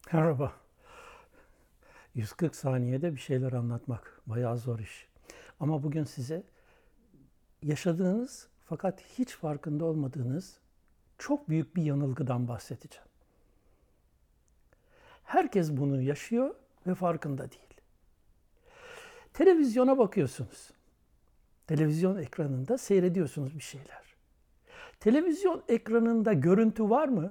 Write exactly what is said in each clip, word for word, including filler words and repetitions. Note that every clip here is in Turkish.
Merhaba. yüz kırk saniyede bir şeyler anlatmak bayağı zor iş. Ama bugün size yaşadığınız fakat hiç farkında olmadığınız çok büyük bir yanılgıdan bahsedeceğim. Herkes bunu yaşıyor ve farkında değil. Televizyona bakıyorsunuz. Televizyon ekranında seyrediyorsunuz bir şeyler. Televizyon ekranında görüntü var mı?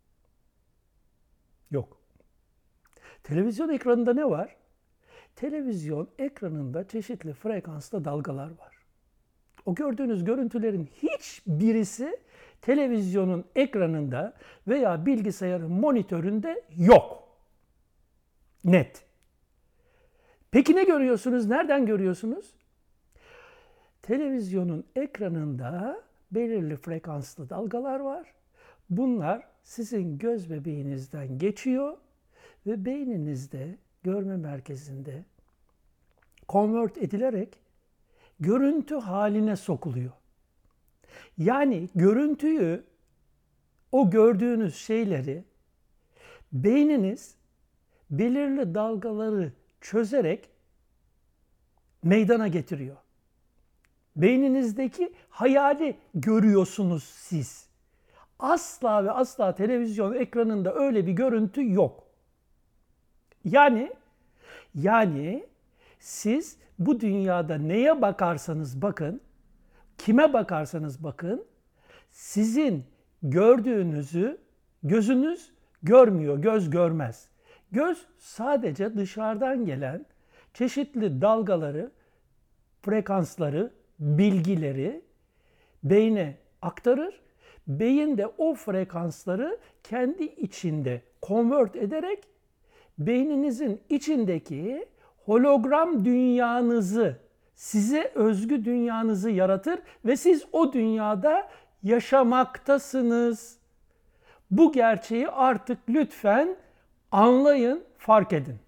Yok. Televizyon ekranında ne var? Televizyon ekranında çeşitli frekanslı dalgalar var. O gördüğünüz görüntülerin hiçbirisi televizyonun ekranında veya bilgisayarın monitöründe yok. Net. Peki ne görüyorsunuz? Nereden görüyorsunuz? Televizyonun ekranında belirli frekanslı dalgalar var. Bunlar sizin göz bebeğinizden geçiyor ve beyninizde, görme merkezinde convert edilerek görüntü haline sokuluyor. Yani görüntüyü, o gördüğünüz şeyleri beyniniz belirli dalgaları çözerek meydana getiriyor. Beyninizdeki hayali görüyorsunuz siz. Asla ve asla televizyon ekranında öyle bir görüntü yok. Yani yani siz bu dünyada neye bakarsanız bakın, kime bakarsanız bakın, sizin gördüğünüzü gözünüz görmüyor, göz görmez. Göz sadece dışarıdan gelen çeşitli dalgaları, frekansları, bilgileri beyne aktarır. Beyin de o frekansları kendi içinde convert ederek beyninizin içindeki hologram dünyanızı, size özgü dünyanızı yaratır ve siz o dünyada yaşamaktasınız. Bu gerçeği artık lütfen anlayın, fark edin.